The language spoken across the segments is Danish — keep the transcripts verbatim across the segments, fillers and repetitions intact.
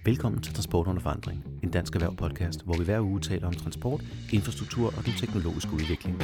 Velkommen til Transport under forandring, en dansk erhverv podcast, hvor vi hver uge taler om transport, infrastruktur og den teknologiske udvikling.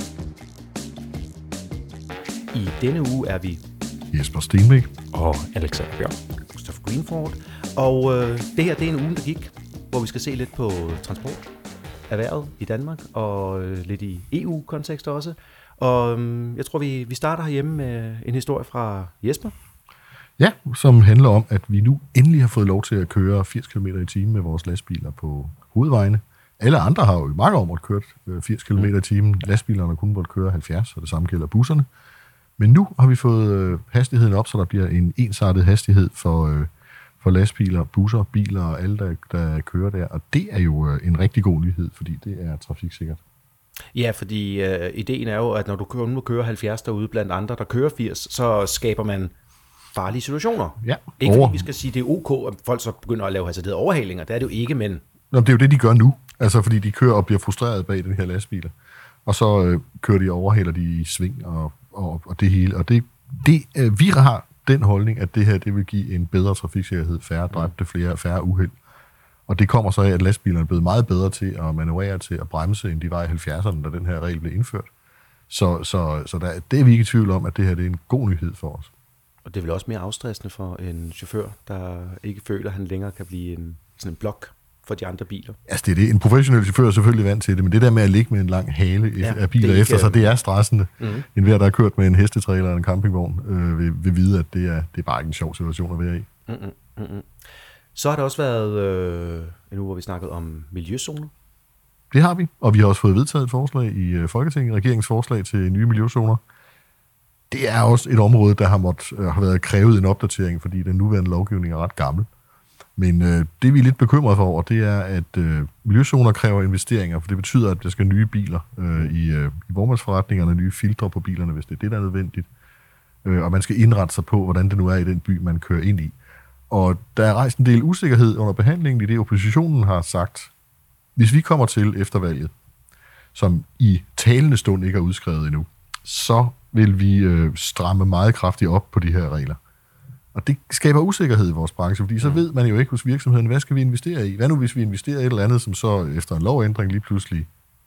I denne uge er vi Jesper Stenbæk og Alexander Bjørn. Christopher Greenford, og øh, det her det er en uge, der gik, hvor vi skal se lidt på transport, erhvervet i Danmark og øh, lidt i E U-kontekst også. Og øh, jeg tror, vi, vi starter herhjemme med en historie fra Jesper. Ja, som handler om, at vi nu endelig har fået lov til at køre firs kilometer i timen med vores lastbiler på hovedvejene. Alle andre har jo i mange år måttet køre firs kilometer i timen. Lastbilerne har kun måttet køre halvfjerds, og det samme gælder busserne. Men nu har vi fået hastigheden op, så der bliver en ensartet hastighed for, for lastbiler, busser, biler og alle, der, der kører der. Og det er jo en rigtig god nyhed, fordi det er trafiksikkert. Ja, fordi øh, ideen er jo, at når du kun må køre halvfjerds derude blandt andre, der kører firs, så skaber man farlige situationer. Ja, ikke fordi vi skal sige, det er ok, at folk så begynder at lave hasarderede overhalinger. Det er det jo ikke, men... Nå, det er jo det, de gør nu. Altså, fordi de kører og bliver frustreret bag den her lastbiler. Og så øh, kører de og overhaler de i sving og, og, og det hele. Og det, det øh, vi har den holdning, at det her det vil give en bedre trafiksikkerhed, færre dræbte, flere, færre uheld. Og det kommer så af, at lastbilerne er blevet meget bedre til at manøvrere, til at bremse, end de var i halvfjerdserne, da den her regel blev indført. Så, så, så der, det er vi ikke i tvivl om, at det her det er en god nyhed for os. Og det er vel også mere afstressende for en chauffør, der ikke føler, at han længere kan blive en, sådan en blok for de andre biler. Altså det er det. En professionel chauffør er selvfølgelig vant til det, men det der med at ligge med en lang hale ja, af biler efter sig, det er stressende. Mm-hmm. En hver, der har kørt med en hestetrailer eller en campingvogn, øh, vil, vil vide, at det er, det er bare ikke en sjov situation at være i. Mm-hmm. Mm-hmm. Så har der også været øh, en uge, hvor vi snakkede om miljøzoner. Det har vi, og vi har også fået vedtaget et forslag i øh, Folketinget, regeringens forslag til nye miljøzoner. Det er også et område, der har, måttet, øh, har været krævet en opdatering, fordi den nuværende lovgivning er ret gammel. Men øh, det vi er lidt bekymret for, det er, at øh, miljøzoner kræver investeringer, for det betyder, at der skal nye biler øh, i, øh, i vognmandsforretningerne, nye filtre på bilerne, hvis det er det, der er nødvendigt. Øh, og man skal indrette sig på, hvordan det nu er i den by, man kører ind i. Og der er rejst en del usikkerhed under behandlingen i det, oppositionen har sagt. Hvis vi kommer til efter valget, som i talende stund ikke er udskrevet endnu, så vil vi øh, stramme meget kraftigt op på de her regler. Og det skaber usikkerhed i vores branche, fordi så ved man jo ikke hos virksomheden, hvad skal vi investere i? Hvad nu, hvis vi investerer i et eller andet, som så efter en lovændring lige pludselig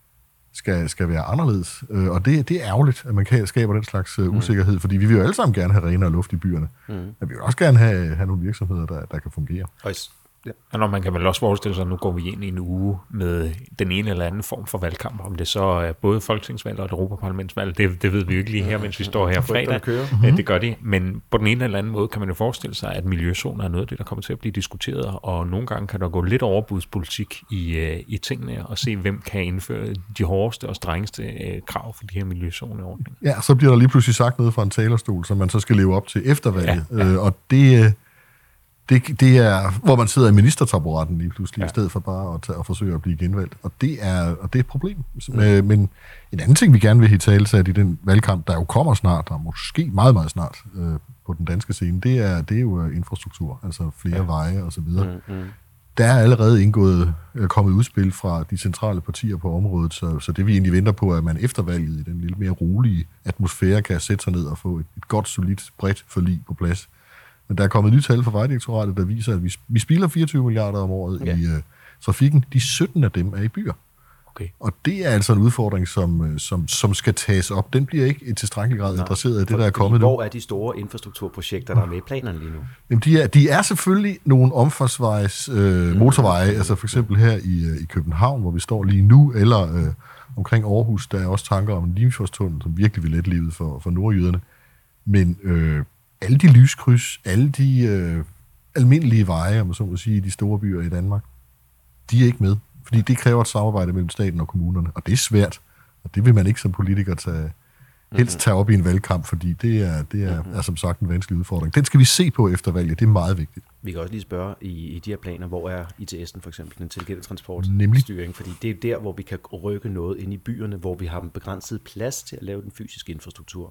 skal, skal være anderledes? Og det, det er ærgerligt, at man kan skabe den slags uh, usikkerhed, fordi vi vil jo alle sammen gerne have renere luft i byerne. Mm. Men vi vil også gerne have, have nogle virksomheder, der, der kan fungere. Ja. Og når man kan vel også forestille sig, at nu går vi ind i en uge med den ene eller anden form for valgkamp, om det så er både folketingsvalg og et europaparlamentsvalg, det, det ved vi jo ikke lige her, mens vi står her fredag. Mm-hmm. Det gør de, men på den ene eller anden måde kan man jo forestille sig, at miljøzoner er noget af det, der kommer til at blive diskuteret, og nogle gange kan der gå lidt overbudspolitik i, i tingene, og se, hvem kan indføre de hårdeste og strengeste krav for de her miljøzoneordninger. Ja, så bliver der lige pludselig sagt noget fra en talerstol, som man så skal leve op til efter valget, ja, ja. Øh, og det... Det, det er, hvor man sidder i ministertaburetten lige pludselig, ja. I stedet for bare at, tage, at forsøge at blive genvalgt. Og det er, og det er et problem. Ja. Men en anden ting, vi gerne vil have talsat i den valgkamp, der jo kommer snart, og måske meget, meget snart øh, på den danske scene, det er, det er jo infrastruktur, altså flere ja. veje og så videre. Mm, mm. Der er allerede indgået, kommet udspil fra de centrale partier på området, så, så det vi egentlig venter på, er, at man efter valget i den lidt mere rolige atmosfære kan sætte sig ned og få et, et godt, solidt, bredt forlig på plads. Men der er kommet nye tal fra Vejdirektoratet, der viser, at vi, vi spilder fireogtyve milliarder om året ja. i uh, trafikken. De sytten af dem er i byer. Okay. Og det er altså en udfordring, som, som, som skal tages op. Den bliver ikke i tilstrækkelig grad adresseret af det, der er kommet nu. Hvor er de store infrastrukturprojekter, der er med i planerne lige nu? Jamen, de, er, de er selvfølgelig nogle omfartsvejs øh, motorveje, altså for eksempel her i, i København, hvor vi står lige nu, eller øh, omkring Aarhus, der er også tanker om en Limfjordstunnel, som virkelig vil lette livet for, for nordjyderne. Men... Øh, alle de lyskryds, alle de øh, almindelige veje, om man så må sige, i de store byer i Danmark, de er ikke med. Fordi det kræver et samarbejde mellem staten og kommunerne, og det er svært. Og det vil man ikke som politiker tage, helst tage op i en valgkamp, fordi det er, det er, er som sagt en vanskelig udfordring. Den skal vi se på efter valget, det er meget vigtigt. Vi kan også lige spørge i, i de her planer, hvor er I T S'en for eksempel, den intelligente transportstyring, fordi det er der, hvor vi kan rykke noget ind i byerne, hvor vi har en begrænset plads til at lave den fysiske infrastruktur.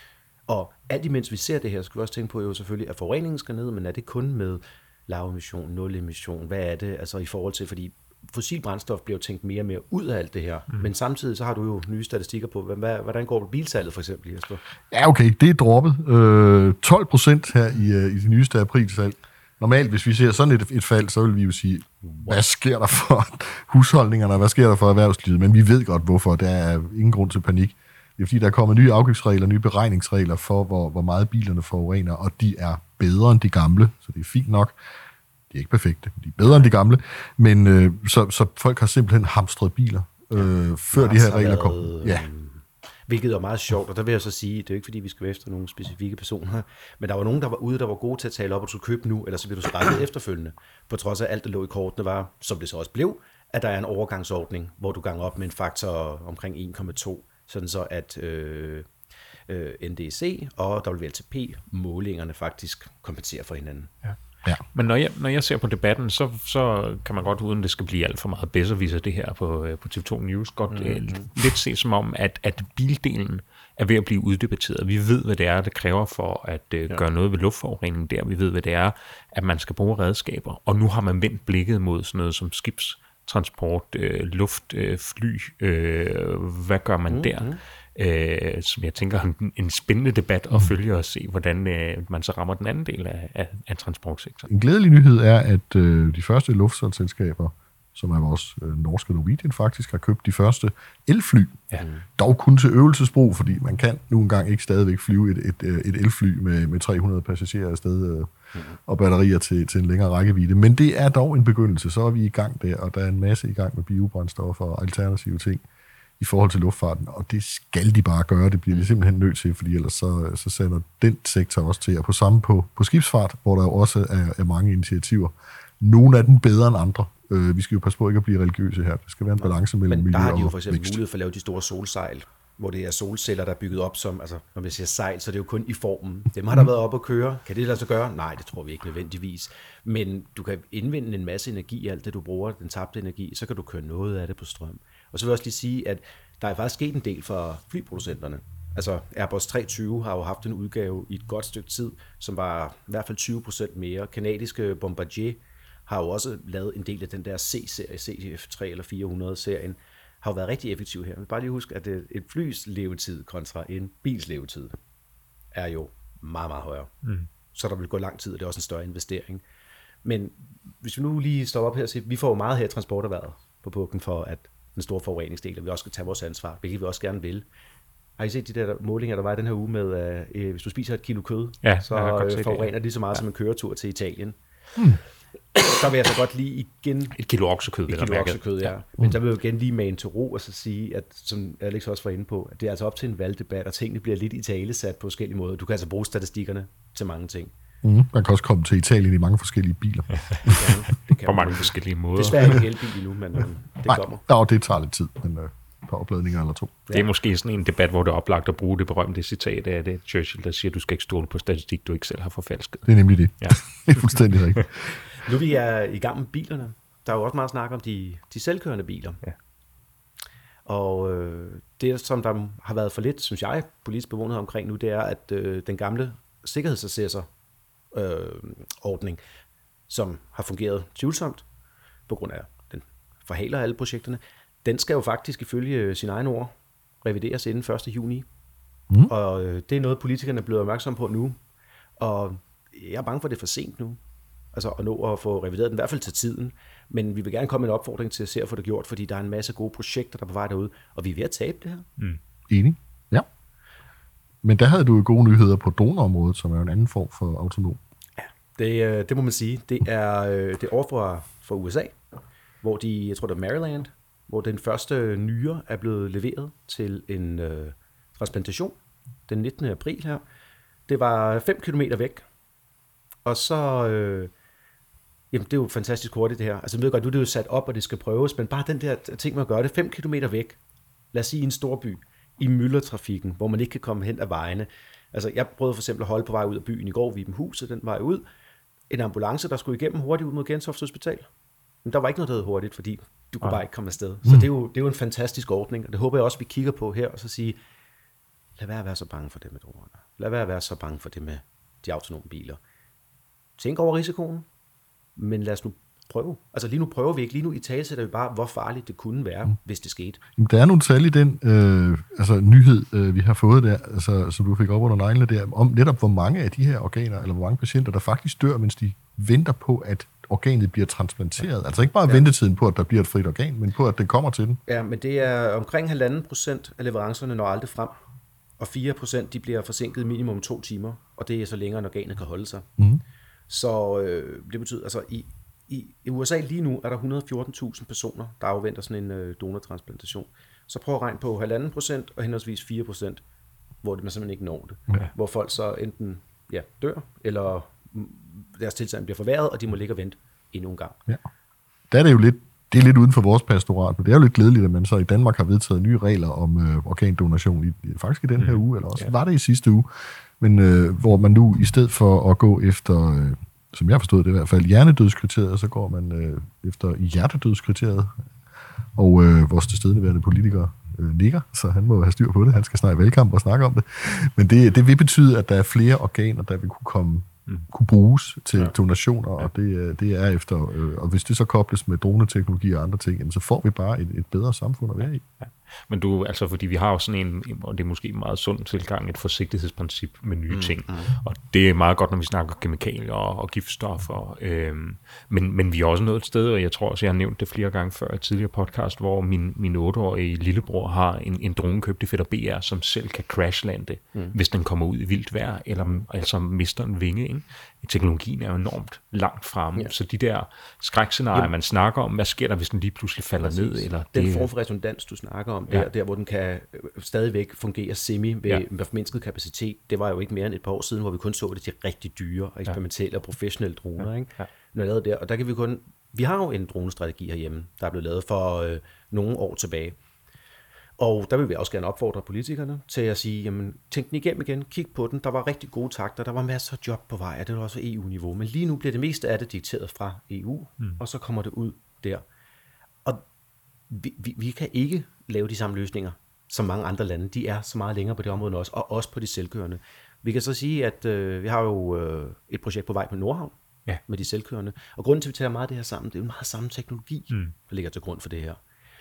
Og alt imens vi ser det her, skal vi også tænke på jo selvfølgelig, at forureningen skal ned, men er det kun med lav emission, nul emission? Hvad er det altså i forhold til, fordi fossil brændstof bliver jo tænkt mere og mere ud af alt det her, mm. men samtidig så har du jo nye statistikker på, hvad, hvordan går det bilsalget for eksempel, Jesper? Ja, okay, det er droppet. Øh, tolv procent her i, i de nyeste aprilsalg. normalt, hvis vi ser sådan et, et fald, så vil vi jo sige, hvad sker der for husholdningerne, hvad sker der for erhvervslivet? Men vi ved godt, hvorfor. Der er ingen grund til panik. Det er fordi, der kommer nye afgiftsregler, nye beregningsregler for, hvor, hvor meget bilerne forurener, og de er bedre end de gamle, så det er fint nok. De er ikke perfekte, de er bedre end de gamle, men øh, så, så folk har simpelthen hamstret biler, øh, før de her regler kom. Ja. Hvilket er meget sjovt, og der vil jeg så sige, det er jo ikke fordi, vi skal være efter nogle specifikke personer, men der var nogen, der var ude, der var gode til at tale op, og du skulle købe nu, eller så bliver du skrækket efterfølgende. På trods af alt, der lå i kortene, var, som det så også blev, at der er en overgangsordning, hvor du ganger op med en faktor omkring en komma to, sådan så at øh, øh, N D C og W L T P-målingerne faktisk kompenserer for hinanden. Ja. Ja. Men når jeg, når jeg ser på debatten, så, så kan man godt, uden det skal blive alt for meget bedre, det her på, på T V to News, godt mm-hmm. lidt se som om, at, at bildelen er ved at blive uddebatteret. Vi ved, hvad det er, det kræver for at uh, ja. gøre noget ved luftforurening der. Vi ved, hvad det er, at man skal bruge redskaber. Og nu har man vendt blikket mod sådan noget som skibstransport, øh, luft, øh, fly. Øh, hvad gør man mm-hmm. der? Øh, som jeg tænker en, en spændende debat at følge og se, hvordan øh, man så rammer den anden del af, af, af transportsektoren. En glædelig nyhed er, at øh, de første luftfartsselskaber, som er vores øh, norske Norwegian faktisk, har købt de første elfly. Ja. Dog kun til øvelsesbrug, fordi man kan nu engang ikke stadigvæk flyve et, et, et elfly med, med tre hundrede passagerer afsted øh, mm. og batterier til, til en længere rækkevidde. Men det er dog en begyndelse. Så er vi i gang der, og der er en masse i gang med biobrændstoffer og alternative ting i forhold til luftfarten, og det skal de bare gøre. Det bliver de simpelthen nødt til, fordi ellers så, så sender den sektor også til. Og på samme på, på skibsfart, hvor der jo også er, er mange initiativer. Nogle af dem bedre end andre. Øh, vi skal jo passe på ikke at blive religiøse her. Det skal være en balance mellem miljø og vækst. Men der har de jo for eksempel mulighed for at lave de store solsejl, hvor det er solceller, der er bygget op som, altså når vi siger sejl, så er det jo kun i formen. Dem har der været op at køre. Kan det lade sig gøre? Nej, det tror vi ikke nødvendigvis. Men du kan indvinde en masse energi i alt det, du bruger, den tabte energi, så kan du køre noget af det på strøm. Og så vil jeg også lige sige, at der er faktisk sket en del for flyproducenterne. Altså Airbus tre tyve har jo haft en udgave i et godt stykke tid, som var i hvert fald tyve procent mere. Kanadiske Bombardier har jo også lavet en del af den der C-serie, C F tre eller fire hundrede-serien, har jo været rigtig effektiv her. Men bare lige husk, at et flys levetid kontra en bils levetid er jo meget, meget højere. Mm. Så der vil gå lang tid, og det er også en større investering. Men hvis vi nu lige står op her og siger, vi får jo meget her i transporterhvervet på puklen for, at den store forureningsdel, og vi også skal tage vores ansvar, hvilket vi også gerne vil. Har I set de der målinger, der var i den her uge med, at øh, hvis du spiser et kilo kød, ja, så øh, forurener det lige så meget ja. som en køretur til Italien. Hmm. Så vil jeg så godt lige igen... Et kilo oksekød. Et kilo oksekød, ja. ja. Men der vil jeg jo igen lige mane til ro og så sige, at som Alex også var inde på, at det er altså op til en valgdebat, og tingene bliver lidt italesat på forskellige måder. Du kan altså bruge statistikkerne til mange ting. Mm, man kan også komme til Italien i mange forskellige biler. Det kan, det kan på mange forskellige måder. Desværre ikke en elbil endnu, men øh, det Nej, kommer. Nej, det tager lidt tid, men øh, på opladninger eller to. Det er måske sådan en debat, hvor det er oplagt at bruge det berømte citat af det Churchill, der siger, at du skal ikke stole på statistik, du ikke selv har forfalsket. Det er nemlig det. Ja. Det er fuldstændig rigtigt. Nu vi er i gang med bilerne. Der er jo også meget snak om de, de selvkørende biler. Ja. Og øh, det, som der har været for lidt, synes jeg, politisk bevågenhed omkring nu, det er, at øh, den gamle sikkerhedsassessor øh, ordning, som har fungeret tvivlsomt, på grund af, den forhaler alle projekterne, den skal jo faktisk ifølge sine egne ord revideres inden første juni. Mm. Og øh, det er noget, politikerne er blevet opmærksom på nu. Og jeg er bange for, at det er for sent nu. Altså at nå at få revideret den, i hvert fald til tiden. Men vi vil gerne komme med en opfordring til at se at få det gjort, fordi der er en masse gode projekter, der er på vej derude, og vi er ved at tabe det her. Mm. Enig, ja. Men der havde du jo gode nyheder på droneområdet, som er en anden form for autonom. Ja, det, det må man sige. Det er, det er over fra, fra U S A, hvor de, jeg tror det er Maryland, hvor den første nyre er blevet leveret til en øh, transplantation den nittende april her. Det var fem kilometer væk. Og så, øh, jamen det er jo fantastisk hurtigt det her. Altså jeg ved godt, nu er det jo sat op, og det skal prøves, men bare den der ting med at gøre det fem kilometer væk, lad os sige i en stor by, i myldertrafikken, hvor man ikke kan komme hen ad vejene. Altså jeg prøvede for eksempel at holde på vej ud af byen i går, Vibenhuset, den vej ud. En ambulance, der skulle igennem hurtigt ud mod Gentofte Hospital. Men der var ikke noget, der hed hurtigt, fordi du kunne ja. bare ikke komme afsted. Så mm. det, er jo, det er jo en fantastisk ordning, og det håber jeg også, vi kigger på her, og så sige, lad være at være så bange for det med dronerne. Lad være at være så bange for det med de autonome biler. Tænk over risikoen, men lad os nu prøve. Altså lige nu prøver vi ikke. Lige nu i tale sætter vi bare, hvor farligt det kunne være, mm. hvis det skete. Der er nogle tal i den øh, altså, nyhed, øh, vi har fået der, altså, som du fik op under neglene der, om netop hvor mange af de her organer, eller hvor mange patienter, der faktisk dør, mens de venter på, at organet bliver transplanteret. Altså ikke bare ja. ventetiden på, at der bliver et frit organ, men på, at det kommer til den. Ja, men det er omkring halvanden procent af leverancerne når aldrig frem, og fire procent de bliver forsinket minimum to timer, og det er så længere, end organet kan holde sig. Mm. Så øh, det betyder, altså i, i, i U S A lige nu er der et hundrede og fjorten tusind personer, der afventer sådan en øh, donortransplantation. Så prøv at regne på halvanden procent og henholdsvis fire procent, hvor det man simpelthen ikke når det. Okay. Hvor folk så enten ja, dør, eller deres tilstand bliver forværret, og de må ligge og vente endnu en gang. Ja. Der er det jo lidt, det er lidt uden for vores pastorat, men det er jo lidt glædeligt, at man så i Danmark har vedtaget nye regler om øh, organdonation, i, faktisk i den her mm. uge, eller også ja. var det i sidste uge, men øh, hvor man nu i stedet for at gå efter, øh, som jeg forstod det i hvert fald, hjernedødskriteriet, så går man øh, efter hjertedødskriteriet, og øh, vores tilstedeværende politikere øh, nikker, så han må have styr på det, han skal snart i valgkamp og snakke om det, men det, det vil betyde, at der er flere organer, der vil kunne komme kunne bruges til ja. donationer, og det, det er efter, øh, og hvis det så kobles med droneteknologi og andre ting, jamen, så får vi bare et, et bedre samfund at være i. Ja. Men du, altså fordi vi har jo sådan en, og det er måske en meget sund tilgang, et forsigtighedsprincip med nye mm, ting, mm. og det er meget godt, når vi snakker kemikalier og, og giftstoffer, øhm, men, men vi er også nået et sted, og jeg tror også, jeg har nævnt det flere gange før i et tidligere podcast, hvor min, min otteårige lillebror har en, en drone købt i Fætter B R, som selv kan crashlande, mm. hvis den kommer ud i vildt vejr, eller altså mister en vinge, ikke? Teknologien er jo enormt langt fremme, ja. så de der skrækscenarier, man snakker om, hvad sker der, hvis den lige pludselig falder Præcis. ned? Eller den det... form for redundans, du snakker om, der, ja. der hvor den kan stadigvæk fungere semi ved, ja. med formindsket kapacitet, det var jo ikke mere end et par år siden, hvor vi kun så det til rigtig dyre og eksperimentelle og professionelle droner. Ja. Ikke? Ja. Når lavet der, og der kan vi kun, vi har jo en dronestrategi herhjemme, der er blevet lavet for øh, nogle år tilbage. Og der vil vi også gerne opfordre politikerne til at sige, jamen, tænk den igennem igen, kig på den, der var rigtig gode takter, der var masser af job på vej, og det var også E U-niveau, men lige nu bliver det meste af det dikteret fra E U, mm. og så kommer det ud der. Og vi, vi, vi kan ikke lave de samme løsninger, som mange andre lande, de er så meget længere på det område også, og også på de selvkørende. Vi kan så sige, at øh, vi har jo øh, et projekt på vej på Nordhavn, ja. med de selvkørende, og grunden til, at vi tager meget af det her sammen, det er jo meget samme teknologi, mm. der ligger til grund for det her.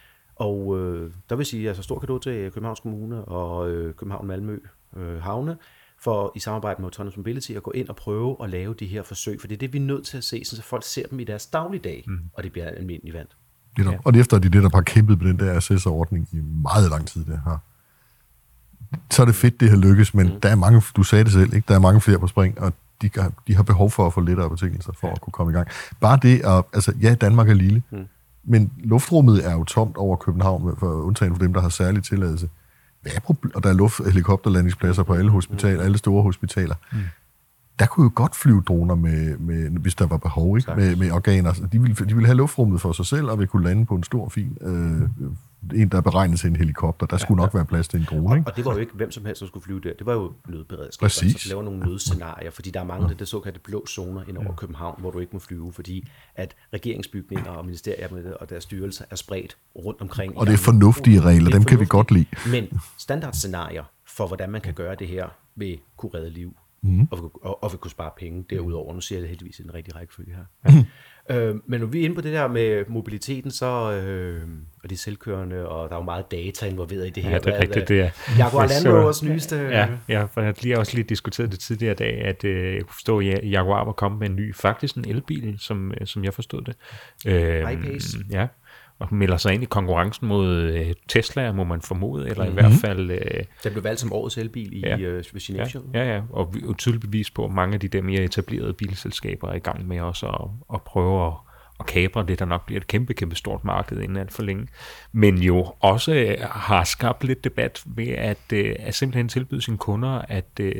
Og øh, der vil sige, altså stor cadeau til Københavns Kommune og øh, København Malmø øh, Havne, for i samarbejde med Autonomous Mobility at gå ind og prøve at lave de her forsøg, for det er det, vi er nødt til at se, så folk ser dem i deres dagligdag, mm. og det bliver almindeligt vand. Ja. Og efter de det, der har kæmpet på den der R S S-ordning i meget lang tid, det her. Så er det fedt, det har lykkes, men mm. der er mange, du sagde det selv, ikke? Der er mange flere på spring, og de, de har behov for at få lettere betingelser for ja. at kunne komme i gang. Bare det, at, altså ja, Danmark er lille, mm. men luftrummet er jo tomt over København, for undtagen for dem, der har særlig tilladelse. Hvad er problem? Og der er luft-helikopterlandingspladser på alle hospitaler, alle store hospitaler. Mm. Der kunne jo godt flyve droner, med, med, hvis der var behov, ikke? Med, med organer. De ville, de ville have luftrummet for sig selv, og vi kunne lande på en stor, fin øh, en, der er beregnet til en helikopter. Der skulle ja, ja. nok være plads til en drone. Ikke? Og det var jo ikke hvem som helst, der skulle flyve der. Det var jo nødberedskab. Præcis. Altså, laver nogle nødscenarier, fordi der er mange af det såkaldte blå zoner ind over København, hvor du ikke må flyve, fordi at regeringsbygninger og ministerier og deres styrelser er spredt rundt omkring. Og det er fornuftige regler, dem kan vi godt lide. Men standardscenarier for, hvordan man kan gøre det her, vil kunne redde liv. Mm. Og, og, og vi kunne spare penge derudover. Nu ser jeg det heldigvis i den rigtige rækkefølge her. Mm. Øh, men når vi er inde på det der med mobiliteten, så, øh, og de selvkørende, og der er jo meget data involveret i det her. Ja, det er rigtigt, det er. Jaguar Land Rovers nyeste... Ja, ja, for jeg har lige også lige diskuteret det tidligere i dag, at øh, jeg kunne forstå, at Jaguar var kommet med en ny, faktisk en elbil, som, som jeg forstod det. Øh, I-Pace. Ja, og melder sig ind i konkurrencen mod øh, Tesla, må man formode, eller mm-hmm. i hvert fald... Øh, den blev valgt som årets elbil i ja. øh, Genève. Ja, ja, ja, og vi er tydeligt bevis på, at mange af de der mere etablerede bilselskaber er i gang med også at, at prøve at, at kapre det, der nok bliver et kæmpe, kæmpe stort marked inden alt for længe. Men jo også øh, har skabt lidt debat ved at, øh, at simpelthen tilbyde sine kunder, at... Øh,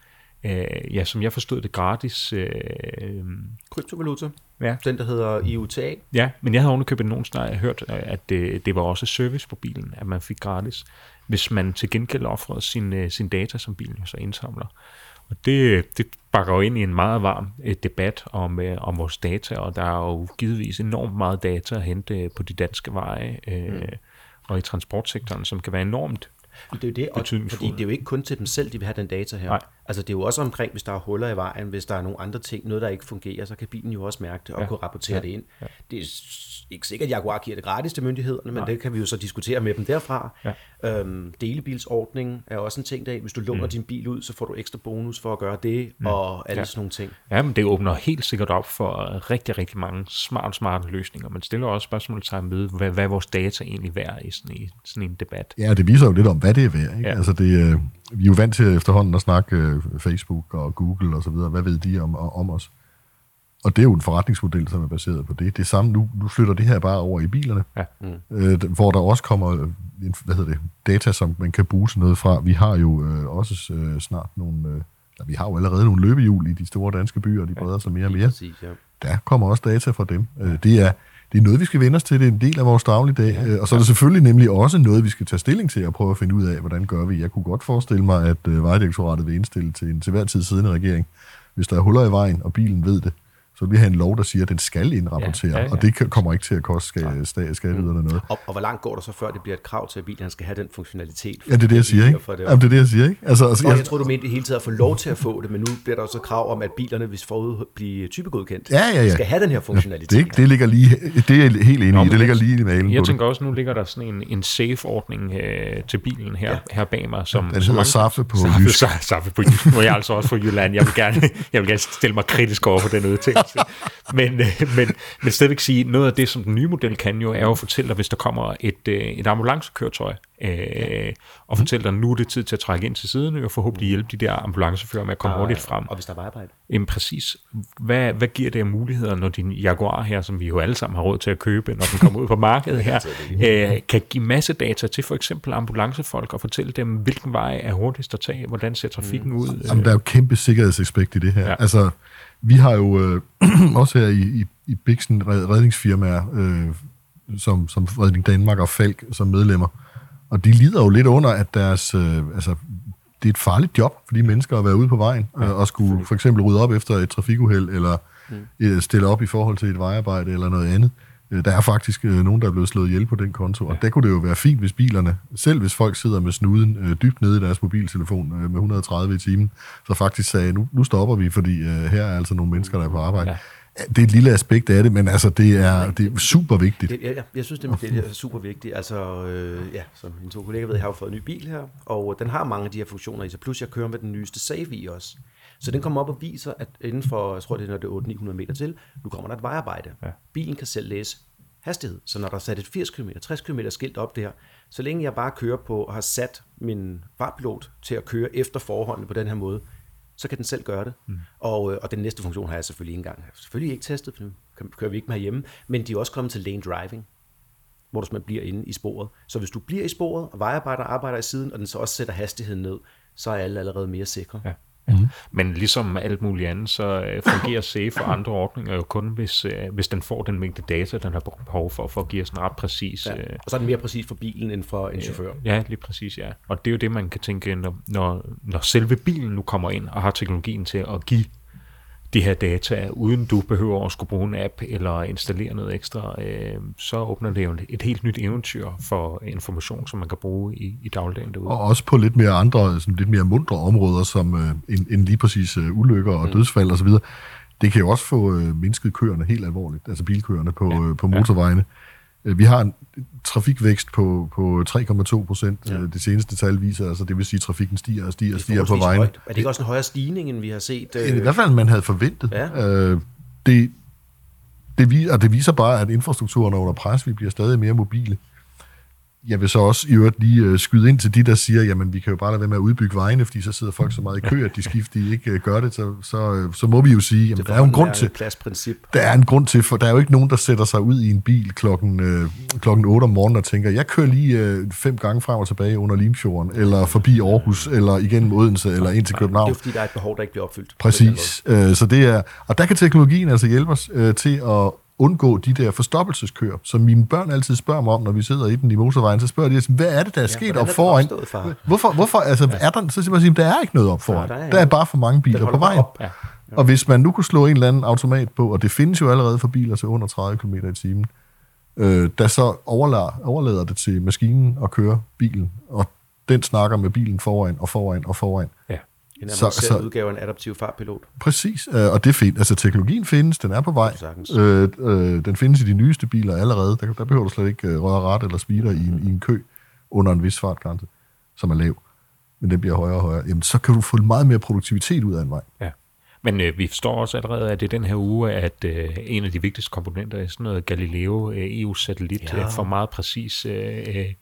Øh, ja, som jeg forstod det, gratis... Øh, kryptovaluta. Ja. Den, der hedder I O T A. Ja, men jeg havde ovenikøbet nogen snart hørt, at det, det var også service på bilen, at man fik gratis, hvis man til gengæld offrede sin, sin data, som bilen så indsamler. Og det, det bakker jo ind i en meget varm debat om, om vores data, og der er jo givetvis enormt meget data at hente på de danske veje, øh, mm. og i transportsektoren, som kan være enormt Det er jo det, og, fordi det er jo ikke kun til dem selv, de vil have den data her. Nej. Altså det er jo også omkring, hvis der er huller i vejen, hvis der er nogle andre ting, noget der ikke fungerer, så kan bilen jo også mærke det og ja. kunne rapportere ja. det ind. Ja. Det er ikke sikkert, at Jaguar giver det gratis til myndighederne, men Nej. det kan vi jo så diskutere med dem derfra. Ja. Øhm, delebilsordningen er også en ting der. Hvis du låner mm. din bil ud, så får du ekstra bonus for at gøre det, mm. og alle ja. sådan nogle ting. Ja, men det åbner helt sikkert op for rigtig, rigtig mange smart, smarte løsninger. Man stiller også spørgsmål til at møde, hvad, hvad er vores data egentlig værd i sådan, i sådan en debat. Ja, det viser jo lidt om, hvad det er værd. Ikke? Ja. Altså det, øh, vi er jo vant til efterhånden at snakke øh, Facebook og Google og så videre. Hvad ved de om, om os? Og det er jo en forretningsmodel, som er baseret på det. Det er samme, nu, nu flytter det her bare over i bilerne, ja. mm. øh, hvor der også kommer en, hvad hedder det, data, som man kan bruge til noget fra. Vi har jo øh, også øh, snart nogle, øh, vi har jo allerede nogle løbehjul i de store danske byer, og de breder sig mere og mere. Præcis, ja. Der kommer også data fra dem. Øh, det er Det er noget, vi skal vende os til. Det er en del af vores dagligdag. Ja. Og så er det selvfølgelig nemlig også noget, vi skal tage stilling til og prøve at finde ud af, hvordan gør vi. Jeg kunne godt forestille mig, at Vejdirektoratet vil indstille til en til hver tid siddende regering. Hvis der er huller i vejen, og bilen ved det, så vil vi have en lov, der siger, at den skal indrapportere. Ja, ja, ja. Og det kommer ikke til at koste skatteyderne noget. Og, og hvor langt går der så, før det bliver et krav til, at bilen skal have den funktionalitet? Ja, det er det, jeg siger, ikke? Det, Jamen, det er det, jeg siger, ikke? Altså, altså, jeg, jeg tror, du mente hele tiden at få lov til at få det, men nu bliver der også krav om, at bilerne, hvis forud blive typegodkendt, ja, ja, ja. skal have den her funktionalitet. Ja, det, det ligger lige, det er helt enig i. Det ligger lige i mailen. Jeg tænker også, nu ligger der sådan en, en safe-ordning øh, til bilen her, ja. her bag mig. Som, ja, den hedder Saffe på Jysk. Saffe på Jysk. Nu er jeg altså også fra Jylland. Jeg vil gerne, jeg vil gerne stille mig kritisk over for den udtalelse. Men, men, men stadigvæk sige, noget af det, som den nye model kan jo, er jo at fortælle dig, hvis der kommer et, et ambulancekøretøj, øh, og fortælle dig, nu er det tid til at trække ind til siden, og forhåbentlig hjælpe de der ambulancefører med at komme og, hurtigt frem. Og hvis der er vejarbejde. Jamen præcis. Hvad, hvad giver det af muligheder, når din Jaguar her, som vi jo alle sammen har råd til at købe, når den kommer ud på markedet her, øh, kan give masse data til for eksempel ambulancefolk, og fortælle dem, hvilken vej er hurtigst at tage, hvordan ser trafikken mm. ud. Jamen, der er jo kæmpe sikkerhedsaspekt i det her. Ja. Altså, vi har jo øh, også her i, i, i Bixen redningsfirmaer, øh, som, som Redning Danmark og Falk som medlemmer, og de lider jo lidt under, at deres, øh, altså, det er et farligt job for de mennesker at være ude på vejen, ja, og skulle for eksempel rydde op efter et trafikuheld, eller mm. stille op i forhold til et vejarbejde, eller noget andet. Der er faktisk øh, nogen, der er blevet slået ihjel på den konto, og ja. der kunne det jo være fint, hvis bilerne, selv hvis folk sidder med snuden øh, dybt nede i deres mobiltelefon øh, med et hundrede og tredive i timen, så faktisk sagde, nu, nu stopper vi, fordi øh, her er altså nogle mennesker, der er på arbejde. Ja. Det er et lille aspekt af det, men altså, det er, det er super vigtigt. Det, jeg, jeg synes, det, det er super vigtigt. Altså, øh, ja, som mine to kollegaer ved, jeg har jo fået en ny bil her, og den har mange af de her funktioner i sig, plus jeg kører med den nyeste Safe i også. Så den kommer op og viser, at inden for, jeg tror det er, når det er otte til ni hundrede meter til, nu kommer der et vejarbejde. Ja. Bilen kan selv læse hastighed, så når der er sat et firs kilometer, tres kilometer skilt op der, så længe jeg bare kører på og har sat min fartpilot til at køre efter forholdene på den her måde, så kan den selv gøre det. Mm. Og, og den næste funktion har jeg selvfølgelig ikke engang. Selvfølgelig ikke testet, for nu kører vi ikke med herhjemme, men de er også kommet til lane driving, hvor du simpelthen bliver inde i sporet. Så hvis du bliver i sporet, og vejarbejder arbejder i siden, og den så også sætter hastigheden ned, så er alle allerede mere sikre. Ja. Mm. Men ligesom alt muligt andet, så fungerer Safe og andre ordninger jo kun, hvis, hvis den får den mængde data, den har behov for, for at give os en ret præcis... Ja. Og så er den mere præcis for bilen end for en chauffør. Ja, lige præcis, ja. Og det er jo det, man kan tænke, når, når, når selve bilen nu kommer ind og har teknologien til at give de her data, uden du behøver at skulle bruge en app eller installere noget ekstra, øh, så åbner det jo et helt nyt eventyr for information, som man kan bruge i, i dagligdagen derude. Og også på lidt mere andre, sådan lidt mere mundre områder, som øh, end, end lige præcis øh, ulykker og mm. dødsfald osv. Det kan jo også få øh, mindsket køerne helt alvorligt, altså bilkøerne på, ja. øh, på motorvejene. Ja. Vi har en trafikvækst på, på tre komma to procent. Ja. Det seneste tal viser, altså det vil sige, at trafikken stiger og stiger og stiger på vejen. Er det ikke også en højere stigning, end vi har set? Øh... I hvert fald, man havde forventet. Ja. Øh, det, det, viser, det viser bare, at infrastrukturen er under pres. Vi bliver stadig mere mobile. Jeg vil så også i øvrigt lige uh, skyde ind til de, der siger, jamen vi kan jo bare lade være med at udbygge vejene, fordi så sidder folk så meget i kø, at de skifter, de ikke uh, gør det, så, så, uh, så må vi jo sige, jamen der er jo en grund til, der er en grund til, for der er jo ikke nogen, der sætter sig ud i en bil klokken, uh, klokken otte om morgenen og tænker, jeg kører lige uh, fem gange frem og tilbage under Limfjorden, eller forbi Aarhus, eller igennem Odense, eller ind til København. Det er fordi, der er et behov, der ikke bliver opfyldt. Præcis. Uh, så det er, og der kan teknologien altså hjælpe os uh, til at undgå de der forstoppelseskøer, som mine børn altid spørger mig om, når vi sidder i den i motorvejen, så spørger de, hvad er det, der er sket ja, op foran? Hvorfor, hvorfor, altså, ja. er der, så siger man, der er ikke noget op foran. Ja, der, er, der er bare for mange biler på vejen. Ja. Ja. Og hvis man nu kunne slå en eller anden automat på, og det findes jo allerede for biler til under tredive kilometer i timen, øh, der så overlader, overlader det til maskinen at køre bilen, og den snakker med bilen foran og foran og foran. Ja. En avanceret udgave af en adaptiv fartpilot. Præcis, øh, og det findes. Altså teknologien findes, den er på vej. Øh, øh, den findes i de nyeste biler allerede. Der, der behøver du slet ikke øh, røre ret eller speeder i en, i en kø under en vis fartgrænse, som er lav. Men den bliver højere og højere. Jamen, så kan du få meget mere produktivitet ud af en vej. Ja. Men øh, vi forstår også allerede, at det er den her uge, at øh, en af de vigtigste komponenter er sådan noget Galileo, øh, E U-satellit, ja. for meget præcis øh,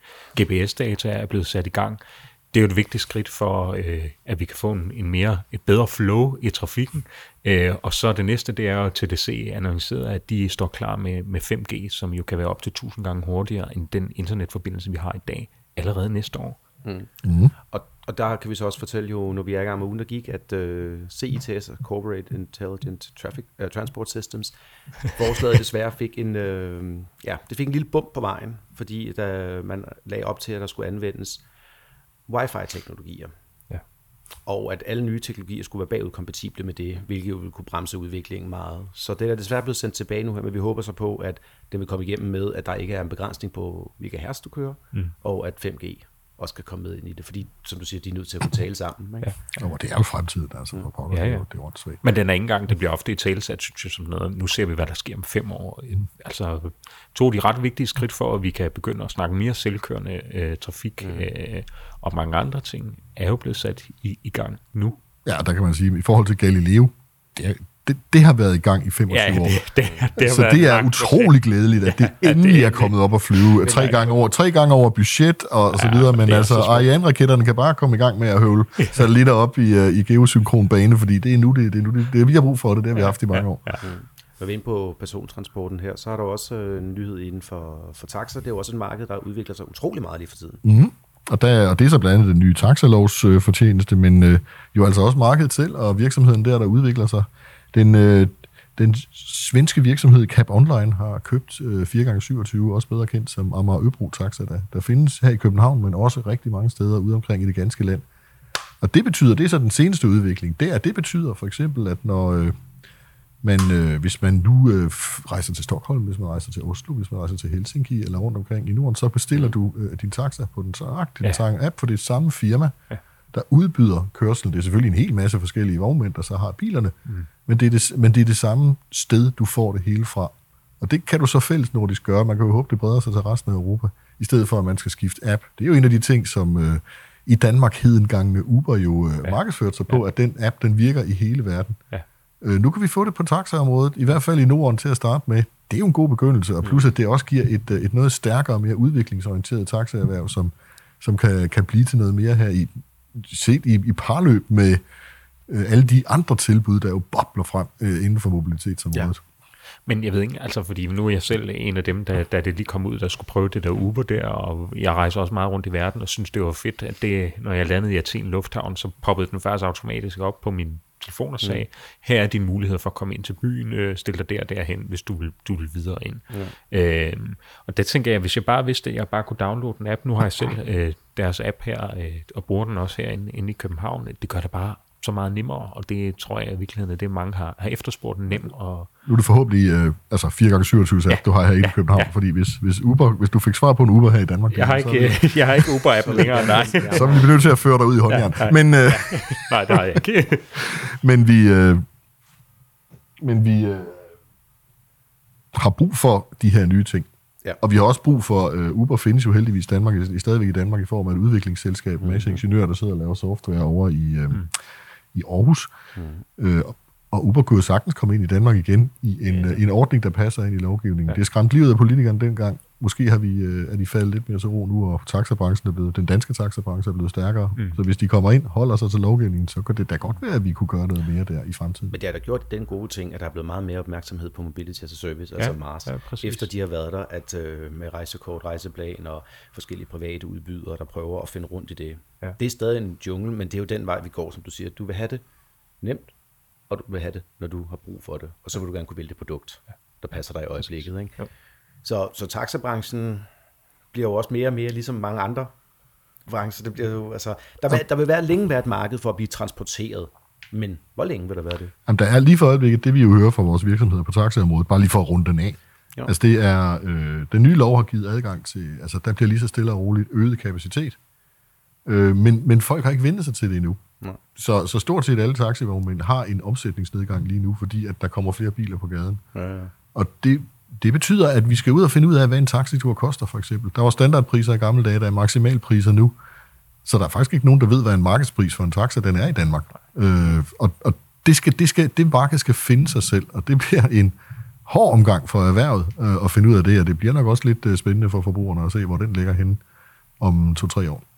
G P S-data er blevet sat i gang. Det er jo et vigtigt skridt for, øh, at vi kan få en, en mere, et bedre flow i trafikken. Øh, og så det næste, det er jo T D C annonceret, at de står klar med, med fem G, som jo kan være op til tusind gange hurtigere end den internetforbindelse, vi har i dag, allerede næste år. Mm. Mm. Og, og der kan vi så også fortælle jo, når vi er i gang med ugen, der gik, at uh, C I T S, Corporate Intelligent Traffic, uh, Transport Systems, forslaget desværre fik en, uh, ja, det fik en lille bump på vejen, fordi da man lagde op til, at der skulle anvendes Wi-Fi-teknologier. Ja. Og at alle nye teknologier skulle være bagudkompatible med det, hvilket jo ville kunne bremse udviklingen meget. Så det er desværre blevet sendt tilbage nu her, men vi håber så på, at det vil komme igennem med, at der ikke er en begrænsning på, hvilke hertz du kører, mm. og at fem G også kan komme med ind i det, fordi, som du siger, de er nødt til at kunne tale sammen. Ikke? Ja. Jo, det er jo fremtiden, altså. For ja, ja. Det er åndssvagt. Men den er ikke engang, det bliver ofte i talesat, synes jeg, som noget. Nu ser vi, hvad der sker om fem år. Altså, to af de ret vigtige skridt for, at vi kan begynde at snakke mere selvkørende øh, trafik mm. øh, og mange andre ting, er jo blevet sat i, i gang nu. Ja, der kan man sige, i forhold til Galileo, det er, Det, det har været i gang i femogtyve ja, det, år. Det, det, det så det er utrolig glædeligt, at det ja, endelig det, er kommet op at flyve. Tre gange over, tre gange over budget og ja, så videre, men altså Ariane-raketterne kan bare komme i gang med at høvle satellitter op i, i geosynkron bane, fordi det er nu det, det, er nu det, det vi har brug for det, det har vi haft i mange ja, år. Ja, ja. Når vi er inde på persontransporten her, så er der også en nyhed inden for, for taxa. Det er jo også et marked, der udvikler sig utrolig meget lige for tiden. Mm-hmm. Og, der, og det er så blandt andet den nye taxalovs øh, fortjeneste, men øh, jo altså også markedet selv og virksomheden der, der udvikler sig. Den, øh, den svenske virksomhed Cap Online har købt øh, fire gange syvogtyve, også bedre kendt som Amager Øbro Taxa, der, der findes her i København, men også rigtig mange steder ude omkring i det ganske land. Og det betyder, det er så den seneste udvikling, det er, det betyder for eksempel, at når øh, man, øh, hvis man nu øh, rejser til Stockholm, hvis man rejser til Oslo, hvis man rejser til Helsinki eller rundt omkring i Norden, så bestiller du øh, din taxa på den nøjagtige ja. app for det samme firma, ja. der udbyder kørsel. Det er selvfølgelig en hel masse forskellige vognmænd, der så har bilerne, mm. men, det er det, men det er det samme sted, du får det hele fra. Og det kan du så fælles nordisk gøre. Man kan jo håbe, det breder sig til resten af Europa, i stedet for, at man skal skifte app. Det er jo en af de ting, som øh, i Danmark hedengangne Uber jo øh, ja. markedsførte sig på, ja. at den app, den virker i hele verden. Ja. Øh, nu kan vi få det på taxaområdet, i hvert fald i Norden til at starte med. Det er jo en god begyndelse, og plus at det også giver et, et noget stærkere, mere udviklingsorienteret taxaerhverv, som, som kan, kan blive til noget mere her i set i, i parløb med øh, alle de andre tilbud, der jo bobler frem øh, inden for mobilitetsområdet. Ja. Men jeg ved ikke, altså fordi nu er jeg selv en af dem, der, der det lige kom ud, der skulle prøve det der Uber der, og jeg rejser også meget rundt i verden, og synes, det var fedt, at det, når jeg landede i Athen Lufthavn, så poppede den faktisk automatisk op på min telefon og sagde, mm. her er din mulighed for at komme ind til byen, øh, stille dig der derhen, hvis du vil, du vil videre ind. Mm. Øhm, og det tænker jeg, hvis jeg bare vidste, at jeg bare kunne downloade en app, nu har jeg selv øh, deres app her, øh, og bruger den også her inde, inde i København, det gør det bare så meget nemmere, og det tror jeg i virkeligheden, at det mange har, har efterspurgt nem. Og nu er det forhåbentlig øh, altså fire gange syvogtyve app, ja, du har her ja, i København, ja. fordi hvis, hvis, Uber, hvis du fik svar på en Uber her i Danmark, jeg har ikke, det, jeg har ikke Uber-appen længere, nej. Så er vi nødt til at føre dig ud i håndjern. Ja, men, øh, nej, det har jeg ikke. men vi, øh, men vi øh, har brug for de her nye ting. Ja. Og vi har også brug for, uh, Uber findes jo heldigvis i Danmark, i stadigvæk i Danmark i form af et udviklingsselskab, med mm-hmm. ingeniører, der sidder og laver software over i, uh, mm. i Aarhus. Mm. Uh, og Uber kunne jo sagtens komme ind i Danmark igen i en, yeah. uh, en ordning, der passer ind i lovgivningen. Ja. Det er skræmt livet af politikerne dengang. Måske har vi, uh, er de faldet lidt mere til ro nu, og taxabranchen er blevet, den danske taxabranche er blevet stærkere. Mm. Så hvis de kommer ind, holder sig til lovgivningen, så kan det da godt være, at vi kunne gøre noget mere der i fremtiden. Men det har da gjort den gode ting, at der er blevet meget mere opmærksomhed på mobility as a service, ja, altså Mars, ja, efter de har været der, at øh, med rejsekort, rejseplan og forskellige private udbydere, der prøver at finde rundt i det. Ja. Det er stadig en jungle, men det er jo den vej, vi går, som du siger. Du vil have det nemt, og du vil have det, når du har brug for det. Og så vil du gerne kunne vælge det produkt, der passer dig i øjeblikket. Ikke? Så, så taxabranchen bliver jo også mere og mere ligesom mange andre brancher. Det bliver jo, altså, der, vil, der vil være længe være et marked for at blive transporteret. Men hvor længe vil der være det? Jamen, der er lige for øjeblikket, det vi jo hører fra vores virksomheder på taxaområdet, bare lige for at runde den af. Jo. Altså det er, øh, den nye lov har givet adgang til, altså der bliver lige så stille og roligt øget kapacitet. Øh, men, men folk har ikke vendt sig til det endnu. Så, så stort set alle taxivognmænd har en omsætningsnedgang lige nu, fordi at der kommer flere biler på gaden. Ja, ja. Og det, det betyder, at vi skal ud og finde ud af, hvad en taxitur koster, for eksempel. Der var standardpriser i gamle dage, der er maksimalpriser nu. Så der er faktisk ikke nogen, der ved, hvad en markedspris for en taxa den er i Danmark. Øh, og og det, skal, det, skal, det marked skal finde sig selv, og det bliver en hård omgang for erhvervet øh, at finde ud af det, og det bliver nok også lidt øh, spændende for forbrugerne at se, hvor den ligger henne om to-tre år.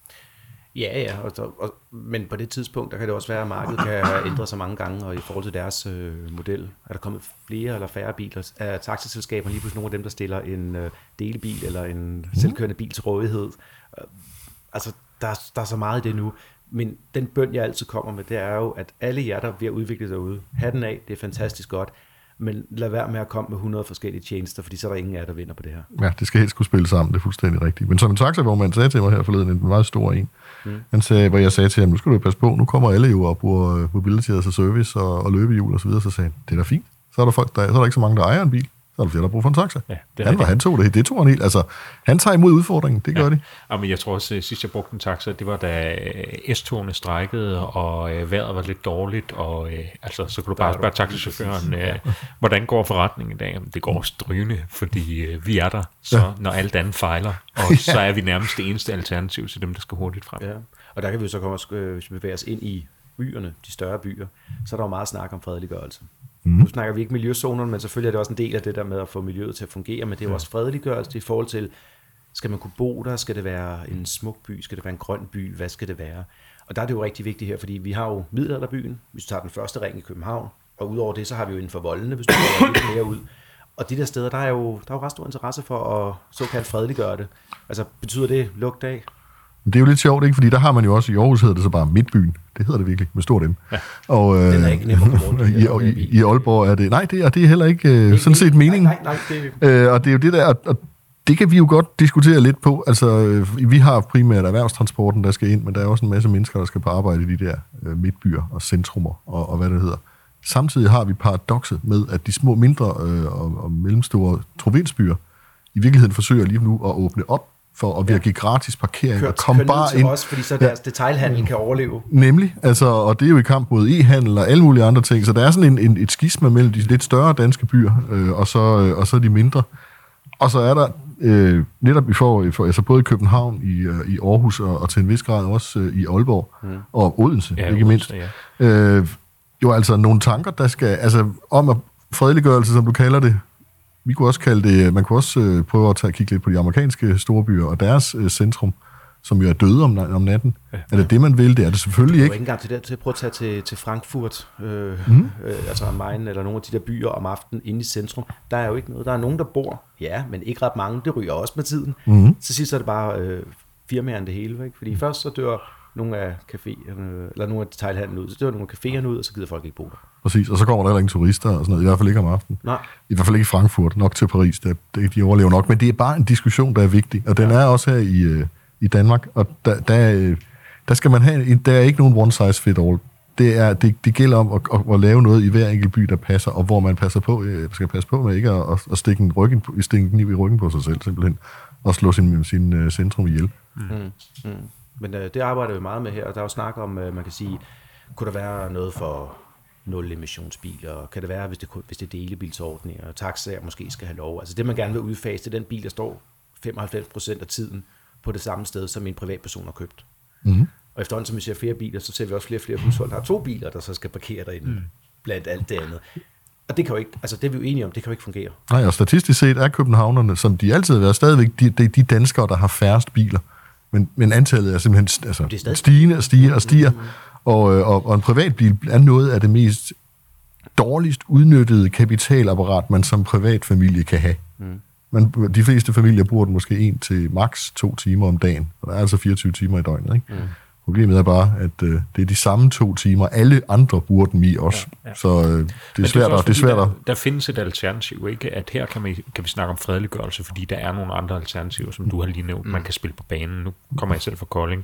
Ja, ja, og, og, men på det tidspunkt, der kan det også være, at markedet kan have ændret sig mange gange, og i forhold til deres øh, model, er der kommet flere eller færre biler. Er taxiselskaberne lige pludselig nogle af dem, der stiller en øh, delebil eller en mm. selvkørende bil til rådighed? Øh, altså, der, der er så meget i det nu. Men den bøn, jeg altid kommer med, det er jo, at alle jer, der er ved at udvikle derude, hatten af, det er fantastisk godt, men lad være med at komme med hundrede forskellige tjenester, fordi så er der ingen af jer, der vinder på det her. Ja, det skal helst kunne spille sammen, det er fuldstændig rigtigt. Men som en taxavognmand sagde til mig her forleden, en meget stor en, mm. han sagde, hvor jeg sagde til ham, nu skal du passe på, nu kommer alle jo og bruger mobility as a service og, og løbehjul og så videre, så sagde han, det er da fint, så er der, folk, der, så er der ikke så mange, der ejer en bil. Så er der flere, der bruger for en taxa. Ja, det han, var, han tog det. Det tog han helt. Altså, han tager imod udfordringen. Det gør ja. de. Ja, men jeg tror også, at sidst jeg brugte en taxa, det var da S-togene strækkede, og øh, vejret var lidt dårligt, og øh, altså, så kunne du bare spørge taxichaufføren, øh, hvordan går forretningen i dag? Det går strygende, fordi øh, vi er der, så ja. når alt andet fejler, og ja. så er vi nærmest det eneste alternativ til dem, der skal hurtigt frem. Ja. Og der kan vi jo så komme, hvis vi bevæger os ind i byerne, de større byer, så er der jo meget snak om fredeliggørelse. Mm. Nu snakker vi ikke miljøzonerne, men selvfølgelig er det også en del af det der med at få miljøet til at fungere, men det er jo ja. også fredeliggørelse i forhold til, skal man kunne bo der, skal det være en smuk by, skal det være en grøn by, hvad skal det være? Og der er det jo rigtig vigtigt her, fordi vi har jo middelalderbyen, hvis du tager den første ring i København, og udover det, så har vi jo inden for voldene, hvis du går lidt mere ud. Og de der steder, der er jo, der er jo ret stor interesse for at såkaldt fredeliggøre det. Altså, betyder det lugt af? Det er jo lidt sjovt, ikke? Fordi der har man jo også, i Aarhus hedder det så bare Midtbyen. Det hedder det virkelig, med stort M. Ja. Og, øh, den er ikke nem at komme rundt i, i, I Aalborg er det, nej, det er, det er heller ikke øh, det sådan set meningen. Nej, nej, nej, det er... øh, og det er jo det der, og det kan vi jo godt diskutere lidt på. Altså, øh, vi har primært erhvervstransporten, der skal ind, men der er også en masse mennesker, der skal på arbejde i de der øh, midtbyer og centrumer og, og hvad det hedder. Samtidig har vi paradokset med, at de små, mindre øh, og, og mellemstore provinsbyer i virkeligheden forsøger lige nu at åbne op for at virke ja. gratis parkering Kør, og komme bare ind. Også, fordi så deres ja. detailhandel kan overleve. Nemlig, altså, og det er jo i kamp mod e-handel og alle mulige andre ting, så der er sådan en, en, et skisma mellem de lidt større danske byer, øh, og, så, øh, og så de mindre. Og så er der øh, netop i for, for, altså både i København, i, øh, i Aarhus og, og til en vis grad også øh, i Aalborg mm. og Odense, ja, ikke mindst. Odense, ja. øh, jo altså nogle tanker, der skal, altså om at fredeliggørelse, som du kalder det. Vi kunne også kalde det, man kunne også øh, prøve at tage, kigge lidt på de amerikanske storbyer og deres øh, centrum, som jo er døde om, om natten. Ja. Er det det, man vil? Det er det selvfølgelig ikke. Jeg er ikke engang til det, til at prøve at tage til, til Frankfurt, øh, mm. øh, altså Main, eller nogle af de der byer om aftenen inde i centrum. Der er jo ikke noget. Der er nogen, der bor, ja, men ikke ret mange. Det ryger også med tiden. Mm. Så sidst er det bare øh, firmaerne det hele, ikke? Fordi mm. først så dør nogle af caféerne, eller nogle af detailhandlen ud, så dør nogle af caféerne ud, og så gider folk ikke bo der. Præcis, og så kommer der heller ingen turister og sådan noget, i hvert fald ikke om aftenen. Nej. I hvert fald ikke i Frankfurt, nok til Paris, det, det, de overlever nok, men det er bare en diskussion, der er vigtig, og den ja. er også her i, øh, i Danmark, og der, der, der skal man have, der er ikke nogen one size fit all. Det, er, det, det gælder om at, at, at lave noget i hver enkelt by, der passer, og hvor man passer på, øh, skal passe på med ikke at, at, at stikke en, ryggen, stikke en kniv i ryggen på sig selv, simpelthen, og slå sin, sin uh, centrum ihjel. Mm. Mm. Men øh, det arbejder vi meget med her, og der er jo snak om, øh, man kan sige, kunne der være noget for nul emissionsbiler, kan det være, hvis det, hvis det er delebilsordninger, og taxaer måske skal have lov. Altså det, man gerne vil udfase, det er den bil, der står femoghalvfems procent af tiden på det samme sted, som en privatperson har købt. Mm-hmm. Og efterhånden, som vi ser flere biler, så ser vi også flere og flere hushold, der har to biler, der så skal parkere derinde, mm. blandt alt det andet. Og det kan jo ikke, altså det er vi jo enige om, det kan jo ikke fungere. Nej, og statistisk set er københavnerne, som de altid har været, stadigvæk de, de, de danskere, der har færrest biler. Men, men antallet er simpelthen altså, stigende og stiger og stiger. Mm-hmm. Og, og, og en privatbil er noget af det mest dårligst udnyttede kapitalapparat, man som privatfamilie kan have. Mm. Man, de fleste familier bruger den måske en til maks to timer om dagen. Og der er altså fireogtyve timer i døgnet. Ikke? Mm. Problemet er bare, at øh, det er de samme to timer, alle andre bruger dem i også. Ja, ja. Så øh, det er svært. Det er det er svært der, der findes et alternativ, ikke? At her kan, man, kan vi snakke om fredeliggørelse, fordi der er nogle andre alternativer, som du har lige nævnt. Mm. Man kan spille på banen. Nu kommer jeg selv fra Kolding.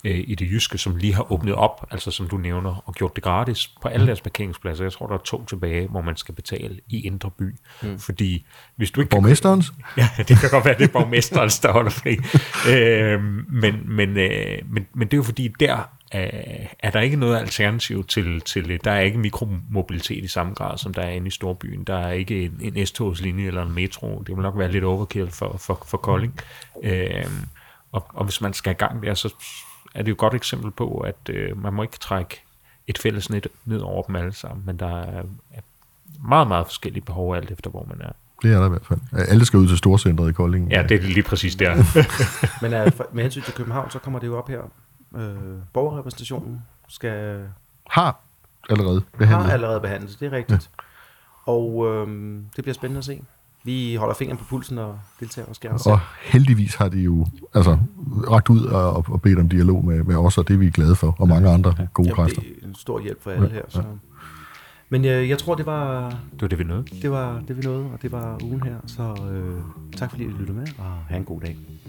øh, i det jyske, som lige har åbnet op, altså som du nævner, og gjort det gratis på alle deres parkeringspladser. Jeg tror, der er to tilbage, hvor man skal betale i Indre By. Mm. Fordi hvis du ikke... Borgmesterens? Ja, det kan godt være, det er borgmesterens, der holder fri. øh, men, men, øh, men, men det er jo fordi, der øh, er der ikke noget alternativ til, til... Der er ikke mikromobilitet i samme grad, som der er inde i storbyen. Der er ikke en, en S-togslinje eller en metro. Det vil nok være lidt overkill for, for, for Kolding. Øh, og, og hvis man skal i gang der, så er det jo et godt eksempel på, at øh, man må ikke trække et fælles net ned over dem alle sammen, men der er, er meget, meget forskellige behov alt efter, hvor man er. Det er der i hvert fald. Alle skal ud til storcentret i Kolding. Ja, det er lige præcis der. Men uh, med hensyn til København, så kommer det jo op her. Uh, borgerrepræsentationen skal... Har allerede behandlet. Har allerede behandlet, det er rigtigt. Ja. Og øh, det bliver spændende at se. Vi holder fingeren på pulsen og deltager også gerne selv. Og heldigvis har de jo altså, rakt ud og, og bedt om dialog med, med os, og det er vi glade for, og mange andre ja. gode kræfter. Det er en stor hjælp for alle her. Så. Men øh, jeg tror, det var... Det var det, vi nåede. Det var det, vi nåede, og det var ugen her. Så øh, tak fordi I lyttede med, og have en god dag.